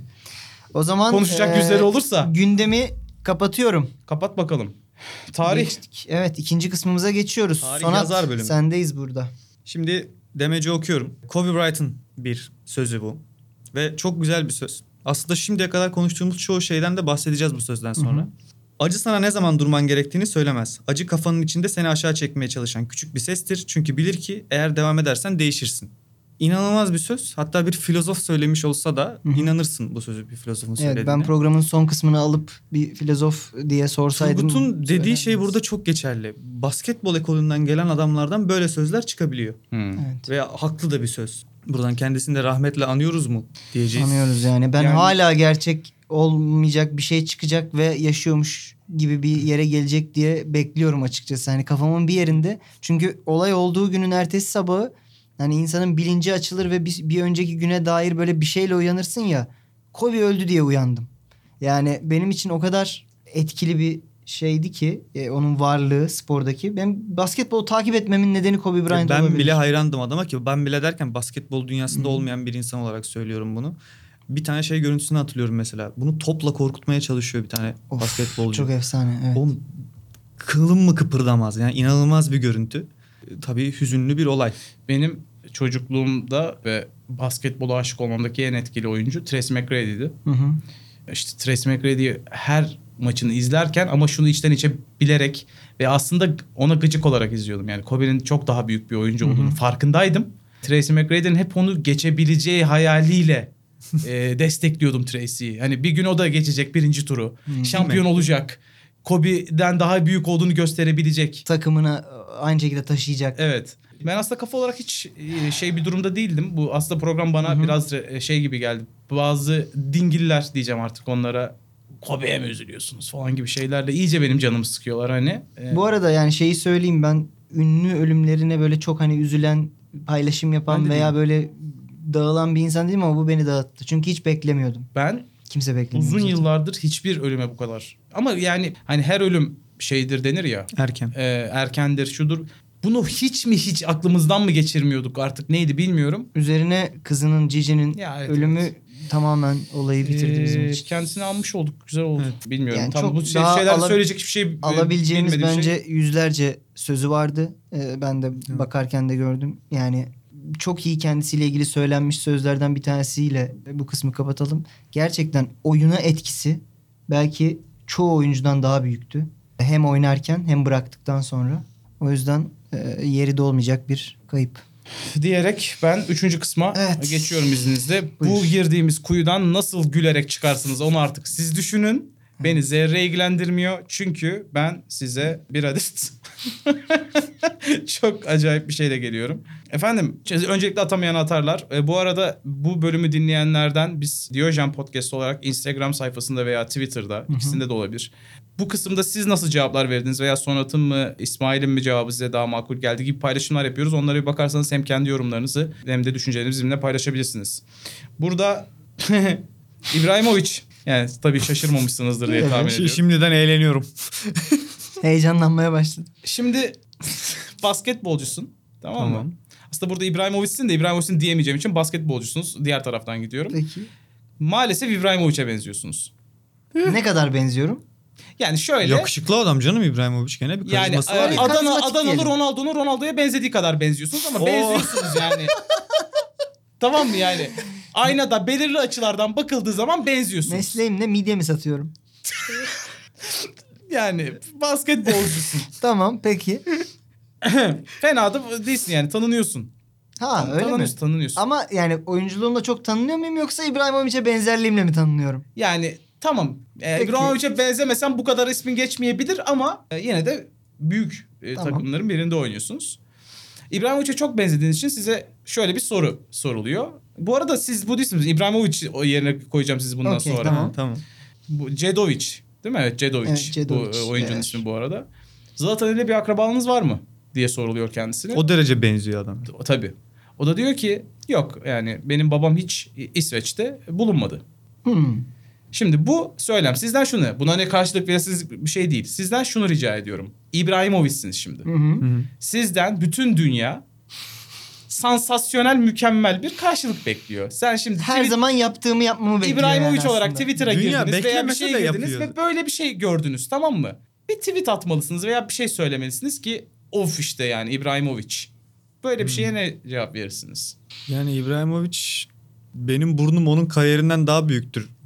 O zaman Konuşacak yüzleri olursa. gündemi kapatıyorum. Kapat bakalım. Tarih. Geçtik. Evet, ikinci kısmımıza geçiyoruz. Tarih Sonat, yazar bölümü. sendeyiz burada. Şimdi demeci okuyorum. Kobe Bryant'ın bir sözü bu. Ve çok güzel bir söz. Aslında şimdiye kadar konuştuğumuz çoğu şeyden de bahsedeceğiz bu sözden sonra. Acı sana ne zaman durman gerektiğini söylemez. Acı kafanın içinde seni aşağı çekmeye çalışan küçük bir sestir. Çünkü bilir ki eğer devam edersen değişirsin. İnanılmaz bir söz. Hatta bir filozof söylemiş olsa da inanırsın bu sözü bir filozofun söylediğine. Evet, ben programın son kısmını alıp bir filozof diye sorsaydım. Turgut'un dediği şey burada çok geçerli. Basketbol ekolünden gelen adamlardan böyle sözler çıkabiliyor. Evet. Ve haklı da bir söz. Buradan kendisini de rahmetle anıyoruz mu diyeceğiz. Anlıyoruz yani. Ben hala gerçek olmayacak bir şey çıkacak ve yaşıyormuş gibi bir yere gelecek diye bekliyorum açıkçası. Hani kafamın bir yerinde. Çünkü olay olduğu günün ertesi sabahı hani insanın bilinci açılır ve bir önceki güne dair böyle bir şeyle uyanırsın ya. Kobe öldü diye uyandım. Yani benim için o kadar etkili bir şeydi ki onun varlığı spordaki. Ben basketbolu takip etmemin nedeni Kobe Bryant Ben olabilir. bile hayrandım adama ki ben bile derken basketbol dünyasında olmayan bir insan olarak söylüyorum bunu. Bir tane şey görüntüsünü hatırlıyorum mesela. Bunu topla korkutmaya çalışıyor bir tane basketbolcu. Çok efsane, evet. Oğlum kılım mı kıpırdamaz yani inanılmaz bir görüntü. Tabii hüzünlü bir olay. Benim çocukluğumda ve basketbola aşık olmamdaki en etkili oyuncu Tracy McGrady'di. İşte Tracy McGrady her maçını izlerken ama şunu içten içe bilerek ve aslında ona gıcık olarak izliyordum. Yani Kobe'nin çok daha büyük bir oyuncu olduğunu farkındaydım. Tracy McGrady'nin hep onu geçebileceği hayaliyle destekliyordum Tracy'yi. Hani bir gün o da geçecek birinci turu. Şampiyon olacak. Kobe'den daha büyük olduğunu gösterebilecek. Takımını aynı şekilde taşıyacak. Evet. Ben aslında kafa olarak hiç şey bir durumda değildim. Bu aslında program bana biraz şey gibi geldi. Bazı dingiller diyeceğim artık onlara. Kobe'ye mi üzülüyorsunuz falan gibi şeylerle iyice benim canımı sıkıyorlar hani. Bu arada yani şeyi söyleyeyim, ben ünlü ölümlerine böyle çok hani üzülen, paylaşım yapan veya böyle dağılan bir insan değilim ama bu beni dağıttı. Çünkü hiç beklemiyordum. Ben Kimse beklemiyordu. uzun zaten. yıllardır hiçbir ölüme bu kadar. Ama yani hani her ölüm şeydir denir ya. Erken. Erkendir, şudur. Bunu hiç aklımızdan mı geçirmiyorduk artık neydi bilmiyorum. Üzerine kızının, Cici'nin Ya evet, ölümü evet. tamamen olayı bitirdi bizim için. Kendisini almış olduk. Güzel oldu. Bilmiyorum. Yani Tam çok bu daha şeyler söyleyecek hiçbir şey alabileceğimiz bilmediğim bence yüzlerce sözü vardı. Ben de bakarken de gördüm. Yani çok iyi kendisiyle ilgili söylenmiş sözlerden bir tanesiyle bu kısmı kapatalım. Gerçekten oyuna etkisi belki çoğu oyuncudan daha büyüktü. Hem oynarken hem bıraktıktan sonra. O yüzden yeri de olmayacak bir kayıp. diyerek ben 3. kısma geçiyorum izninizle. Bu girdiğimiz kuyudan nasıl gülerek çıkarsınız onu artık siz düşünün. Beni zerre ilgilendirmiyor. Çünkü ben size bir adet çok acayip bir şeyle geliyorum. Efendim öncelikle atamayan atarlar. Bu arada bu bölümü dinleyenlerden biz Diyojen Podcast olarak Instagram sayfasında veya Twitter'da ikisinde de olabilir. Bu kısımda siz nasıl cevaplar verdiniz veya Sonat'ın mı İsmail'in mi cevabı size daha makul geldi gibi paylaşımlar yapıyoruz. Onlara bir bakarsanız hem kendi yorumlarınızı hem de düşüncelerinizi bizimle paylaşabilirsiniz. Burada İbrahimovic, yani tabii şaşırmamışsınızdır diye tahmin ediyorum. Şimdiden eğleniyorum. Heyecanlanmaya başladım. Şimdi basketbolcusun, tamam mı? Aslında burada İbrahimovic'sin de İbrahimovic'sin diyemeyeceğim için basketbolcusunuz. Diğer taraftan gidiyorum. Peki. Maalesef İbrahimovic'e benziyorsunuz. Ne kadar benziyorum? Yani şöyle. Yakışıklı adam canım İbrahimovic, gene bir Yani karizması var. Karizmatik Adanalı diyelim. Ronaldo'ya benzediği kadar benziyorsunuz ama benziyorsunuz yani. Tamam mı yani? Aynada belirli açılardan bakıldığı zaman benziyorsunuz. Mesleğim ne? Midye mi satıyorum? Yani basketbolcusun. Tamam, peki. Fena da değilsin yani, tanınıyorsun. Ha, öyle mi? Tanınıyorsun. Ama yani oyunculuğumla çok tanınıyor muyum yoksa İbrahimovic'e benzerliğimle mi tanınıyorum? Yani tamam. İbrahimovic'e benzemesen bu kadar ismin geçmeyebilir ama yine de büyük Tamam. takımların birinde oynuyorsunuz. İbrahimovic'e çok benzediğiniz için size şöyle bir soru soruluyor. Bu arada siz bu değilsiniz. İbrahimovic o yerine koyacağım sizi bundan Okey, sonra. Tamam. Bu Cedovic değil mi? Evet, Cedovic. Evet, Cedovic. Bu oyuncunun Evet. ismi bu arada. Zlatan ile bir akrabalığınız var mı diye soruluyor kendisine. O derece benziyor adam. Tabii. O da diyor ki yok, yani benim babam hiç İsveç'te bulunmadı. Şimdi bu söylem sizden şunu. Buna ne karşılık verirsiniz bir şey değil. Sizden şunu rica ediyorum. İbrahimovic'siniz şimdi. Sizden bütün dünya sansasyonel, mükemmel bir karşılık bekliyor. Sen şimdi Her zaman yaptığımı yapmamı bekliyor İbrahimovic yani olarak aslında. Twitter'a Dünya girdiniz veya bir beklemese şey de girdiniz yapıyor. ve böyle bir şey gördünüz, tamam mı? Bir tweet atmalısınız veya bir şey söylemelisiniz ki of işte yani İbrahimovic. Böyle bir şeye ne cevap verirsiniz? Yani İbrahimovic benim burnum onun kariyerinden daha büyüktür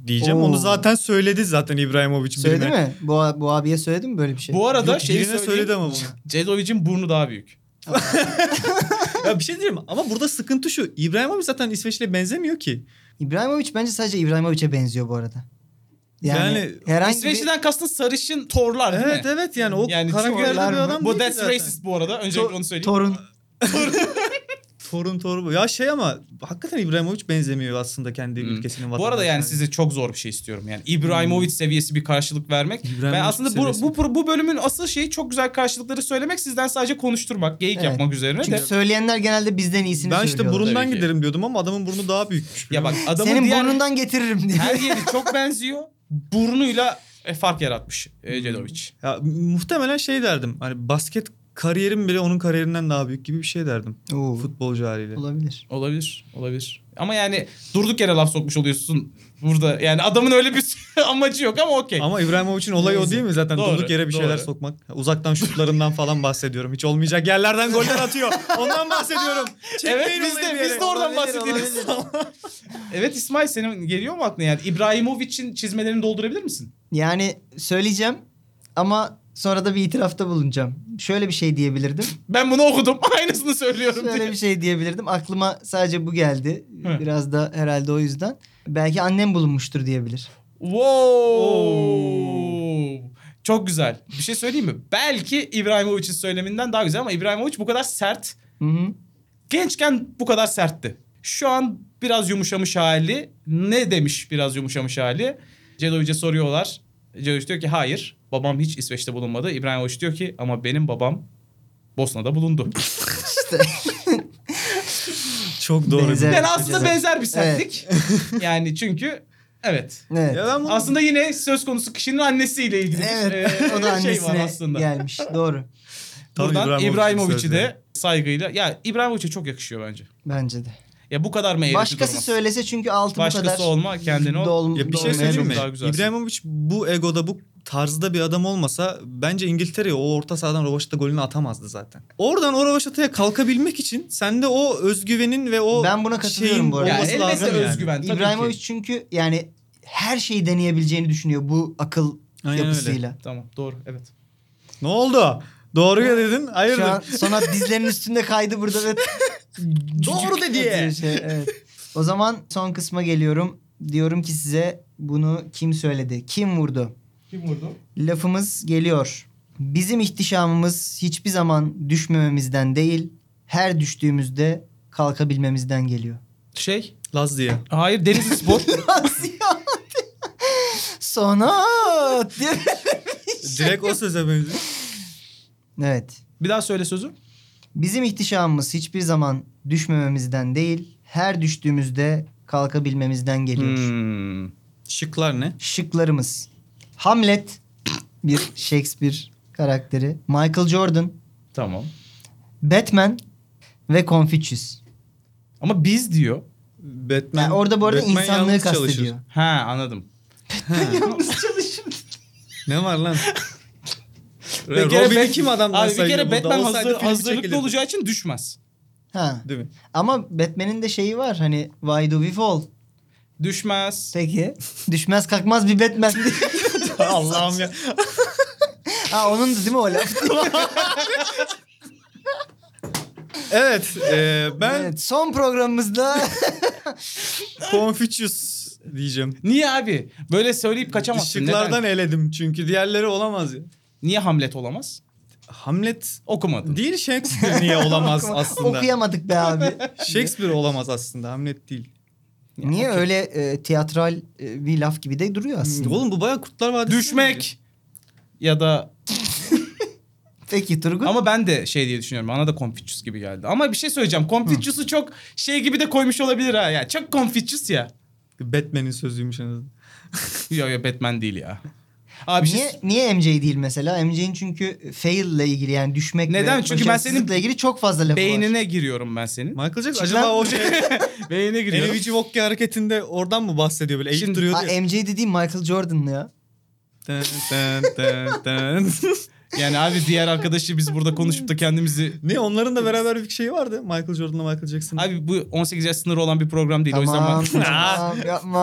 diyeceğim. Oo. Onu zaten söyledi zaten İbrahimovic Söyledi birine. mi? Bu abiye söyledi mi böyle bir şey? Bu arada Yok, şeyi birine söyleyeyim. söyledi ama bunu. Cedovic'in burnu daha büyük. Ya bir şey diyeyim ama burada sıkıntı şu. İbrahimovic zaten İsveç'le benzemiyor ki. İbrahimovic bence sadece İbrahimovic'e benziyor bu arada. Yani, Yani herhangi İsveçli'den kastın sarışın torlar değil Evet mi? evet yani o Yani karakterde çorlar bir mı? adam Bu değil that's zaten. racist bu arada. Öncelikle onu söyleyeyim. Torun. Torun bu. Ya şey ama hakikaten İbrahimovic benzemiyor aslında kendi ülkesinin vatandaşına. Bu arada yani size çok zor bir şey istiyorum. Yani İbrahimovic seviyesi bir karşılık vermek. İbrahimovic Ben aslında seviyesi. bu bölümün asıl şeyi çok güzel karşılıkları söylemek, sizden sadece konuşturmak, geyik Evet. yapmak üzerine Çünkü de. söyleyenler genelde bizden iyisini Ben işte söylüyorlar. burundan Tabii ki. giderim diyordum ama adamın burnu daha büyükmüş. Ya bak adamın Senin diğer burnundan getiririm diye. her yeri çok benziyor. Burnuyla fark yaratmış Cedovic. Ya muhtemelen şey derdim. Hani basket kariyerim bile onun kariyerinden daha büyük gibi bir şey derdim. Oo, Futbolcu haliyle. olabilir. Olabilir. Ama yani durduk yere laf sokmuş oluyorsun burada. Yani adamın öyle bir amacı yok ama okey. Ama İbrahimovic'in olayı o Neyse. değil mi zaten? Doğru, Durduk yere bir şeyler doğru. sokmak. Uzaktan şutlarından falan bahsediyorum. Hiç olmayacak yerlerden goller atıyor. Ondan bahsediyorum. Evet Çekmeyin biz olayı bir de yere. oradan Olabilir, bahsediyoruz. Evet İsmail, senin geliyor mu aklına yani İbrahimovic'in çizmelerini doldurabilir misin? Yani söyleyeceğim ama sonra da bir itirafta bulunacağım. Şöyle bir şey diyebilirdim. Ben bunu okudum. Aynısını söylüyorum Şöyle diye. bir şey diyebilirdim. Aklıma sadece bu geldi. Hı. Biraz da herhalde o yüzden. Belki annem bulunmuştur diyebilir. Wow. Çok güzel. Bir şey söyleyeyim mi? Belki İbrahimovic'in söyleminden daha güzel ama İbrahimovic bu kadar sert. Hı hı. Gençken bu kadar sertti. Şu an biraz yumuşamış hali. Ne demiş biraz yumuşamış hali? Cedovic'e soruyorlar. Cedovic diyor ki hayır. Babam hiç İsveç'te bulunmadı. İbrahimovic diyor ki ama benim babam Bosna'da bulundu. Çok doğru. Benzer. Yani aslında Evet. benzer bir sertlik. Yani çünkü evet. Evet. Ya ben bunu... Aslında yine söz konusu kişinin annesiyle ilgili bir Evet. O da şey var annesine aslında. gelmiş. Doğru. Tabii Buradan İbrahimovic'in İbrahimovic'i sözleri. de saygıyla. Ya İbrahimovic'e çok yakışıyor bence. Bence de. Ya bu kadar mı eğreti Başkası durmaz? söylese çünkü altı bu Başkası kadar. olma, kendin ol. Ya bir şey Doğru, söyleyeyim çok mi? daha güzelsin. İbrahimovic bu egoda bu tarzda bir adam olmasa bence İngiltere'ye o orta sahadan rövaşata golünü atamazdı zaten. Oradan o rövaşataya kalkabilmek için sende o özgüvenin ve o Ben buna katılıyorum şeyin bu arada. Ya olması elbette lazım yani. özgüven tabii İbrahimovic ki. çünkü yani her şeyi deneyebileceğini düşünüyor bu akıl Aynen öyle. yapısıyla. Tamam doğru evet. Ne oldu? Doğru ya dedin. Hayırdır? Şu an sonra dizlerinin üstünde kaydı burada ve Doğru dedi. atıyor şey, evet. O zaman son kısma geliyorum. Diyorum ki size bunu kim söyledi? Kim vurdu? Kim vurdu? Lafımız geliyor. Bizim ihtişamımız hiçbir zaman düşmememizden değil, her düştüğümüzde kalkabilmemizden geliyor. Şey. Laz diye. Hayır Denizli Spor. Sonat. Direkt o söze benziyor. Evet. Bir daha söyle sözü. Bizim ihtişamımız hiçbir zaman düşmememizden değil, her düştüğümüzde kalkabilmemizden geliyor. Şıklar ne? Şıklarımız. Hamlet bir Shakespeare karakteri. Michael Jordan, Tamam. Batman ve Confucius. Ama biz diyor. Batman. Yani orada bu arada Batman insanlığı yalnız çalışır. kastediyor. Ha anladım. Ne var lan? Bir kere Robin'i Bat- kim adamdan Abi bir sayıyor kere burada? Batman Olsaydı filmi hazırlıklı çekilirdi. olacağı için düşmez. Ha. Değil mi? Ama Batman'in de şeyi var hani why do we fall? Düşmez. Peki. Düşmez kalkmaz bir Batman. Allah'ım ya. Ha onun da değil mi o laf? Evet. Ben Evet, son programımızda Confucius diyeceğim. Niye abi? Böyle söyleyip kaçamazsın. Şıklardan Neden? eledim çünkü diğerleri olamaz ya. Niye Hamlet olamaz? Hamlet Okumadın. değil, Shakespeare niye olamaz aslında? okuyamadık be abi. Shakespeare olamaz aslında, Hamlet değil. Niye öyle tiyatral bir laf gibi de duruyor aslında. Oğlum bu bayağı Kurtlar Vadisi. Düşmek. Ya da Peki Turgut. ama ben de şey diye düşünüyorum. Bana da Confucius gibi geldi. Ama bir şey söyleyeceğim. Confucius'u çok şey gibi de koymuş olabilir ha. Ya çok Confucius ya. Batman'in sözüymüş en azından. Yok Batman değil ya. Abi Niye MJ değil mesela? MJ'in çünkü fail ile ilgili yani düşmek Neden? ve Çünkü ben senin başarısızlıkla ilgili çok fazla lafı var. beynine giriyorum ben senin. Michael Jackson Çık acaba lan. o şey Beynine giriyorum. Enivici Wokki hareketinde oradan mı bahsediyor böyle? Eğilip Şimdi- duruyordu Ha, ya. MJ dediğim Michael Jordan'lı ya. Dın dın dın dın. Yani abi diğer arkadaşı biz burada konuşup da kendimizi... Ne, onların da beraber bir şeyi vardı. Michael Jordan'la Michael Jackson. Abi bu 18 yaş sınırı olan bir program değil. O Tamam yüzden ben... tamam yapma.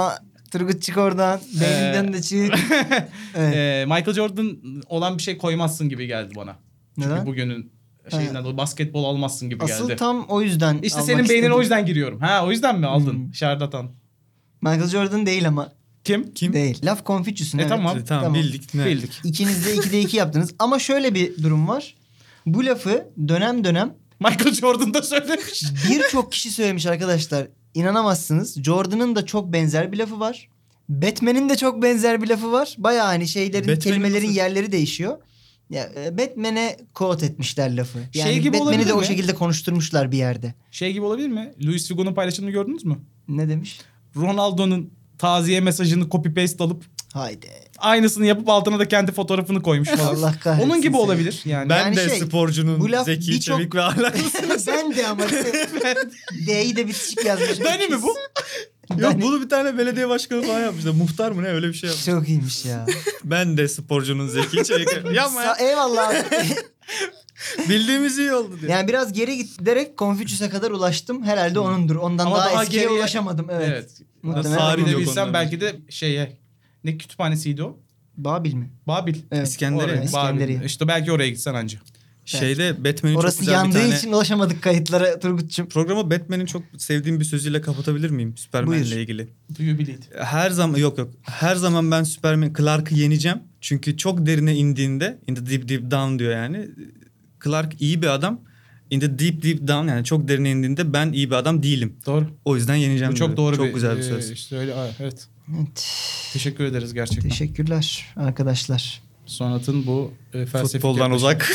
Turgut çık oradan. Beyninden de çık. Evet. Michael Jordan olan bir şey koymazsın gibi geldi bana. Çünkü Neden? bugünün şeyinden dolayı basketbol almazsın gibi Asıl geldi. tam o yüzden İşte almak senin beynine istedim. o yüzden giriyorum. Ha o yüzden mi aldın? Şarlatan. Michael Jordan değil ama. Kim? Değil. Laf Confucius'un evet. Tamam. Tamam bildik. Ne? Bildik. İkiniz de 2'de 2 yaptınız. Ama şöyle bir durum var. Bu lafı dönem dönem Michael Jordan da söylemiş. birçok kişi söylemiş arkadaşlar. İnanamazsınız. Jordan'ın da çok benzer bir lafı var. Batman'in de çok benzer bir lafı var. Bayağı hani şeylerin, Batman'in kelimelerin nasıl? yerleri değişiyor. Ya Batman'e quote etmişler lafı. Yani Şey gibi Batman'i olabilir de o mi? şekilde konuşturmuşlar bir yerde. Şey gibi olabilir mi? Louis Figo'nun paylaşımını gördünüz mü? Ne demiş? Ronaldo'nun taziye mesajını copy paste alıp Haydi. aynısını yapıp altına da kendi fotoğrafını koymuş falan. Allah kahretsin Onun gibi seni. olabilir yani. Ben Yani de şey, sporcunun bu laf zeki, birçok- çevik ve ahlaksız. Ben de ama D'yi de bitişik yazmış. Dani mi bu? Yok bunu bir tane belediye başkanı falan yapmışlar. Muhtar mı ne öyle bir şey yapmış. Çok iyiymiş ya. Ben de sporcunun zeki, çevik. Yapma ya. Eyvallah abi. Bildiğimiz iyi oldu diye. Yani biraz geri giderek Confucius'a kadar ulaştım. Herhalde onundur. Ondan Ama daha daha eskiye geriye- ulaşamadım. Evet. Muhtemelen Sarı onundur. yok Bilebilsem ondan. belki de şeye. Ne kütüphanesiydi o? Babil mi? Babil. Evet. İskenderiye. Oraya, İskenderiye. Babil. İşte belki oraya gitsen anca. Şeyde Batman'in çok Orası güzel bir yandığı tane... için ulaşamadık kayıtlara Turgut'cum. Programı Batman'in çok sevdiğim bir sözüyle kapatabilir miyim? Superman'le Buyur. ilgili. Do you believe? Her zaman yok. Her zaman ben Superman Clark'ı yeneceğim. Çünkü çok derine indiğinde in the deep deep down diyor yani. Clark iyi bir adam. In the deep deep down yani çok derine indiğinde ben iyi bir adam değilim. Doğru. O yüzden yeneceğim Bu çok diyor. doğru Çok güzel bir söz. işte öyle, evet. Evet. Teşekkür ederiz gerçekten. Teşekkürler arkadaşlar. Sonat'ın bu felsefik Futboldan yaklaşımı. uzak.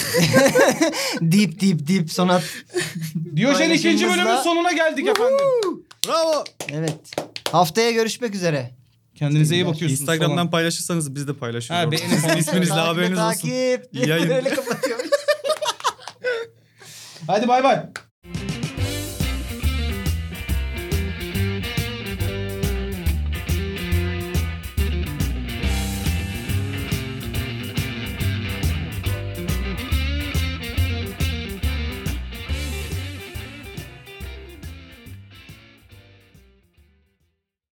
Deep sonat. Diyojen ikinci Paylaşımımızla- bölümün sonuna geldik efendim. Bravo. Evet. Haftaya görüşmek üzere. Kendinize iyi bakıyorsunuz. Instagram'dan falan. paylaşırsanız biz de paylaşırız. Ha, orada. beğenin falan. İsminizle Takip, haberiniz olsun. takip. Yayın. Böyle kapatıyormuş. Hadi bay bay.